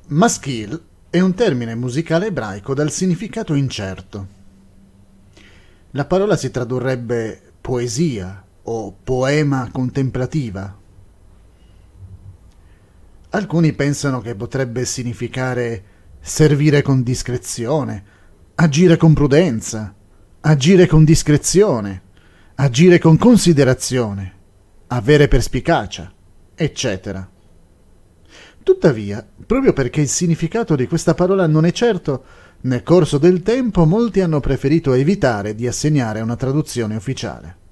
Maschil è un termine musicale ebraico dal significato incerto. La parola si tradurrebbe poesia o poema contemplativa. Alcuni pensano che potrebbe significare servire con discrezione, agire con prudenza, agire con discrezione, agire con considerazione, avere perspicacia, eccetera. Tuttavia, proprio perché il significato di questa parola non è certo, nel corso del tempo molti hanno preferito evitare di assegnare una traduzione ufficiale.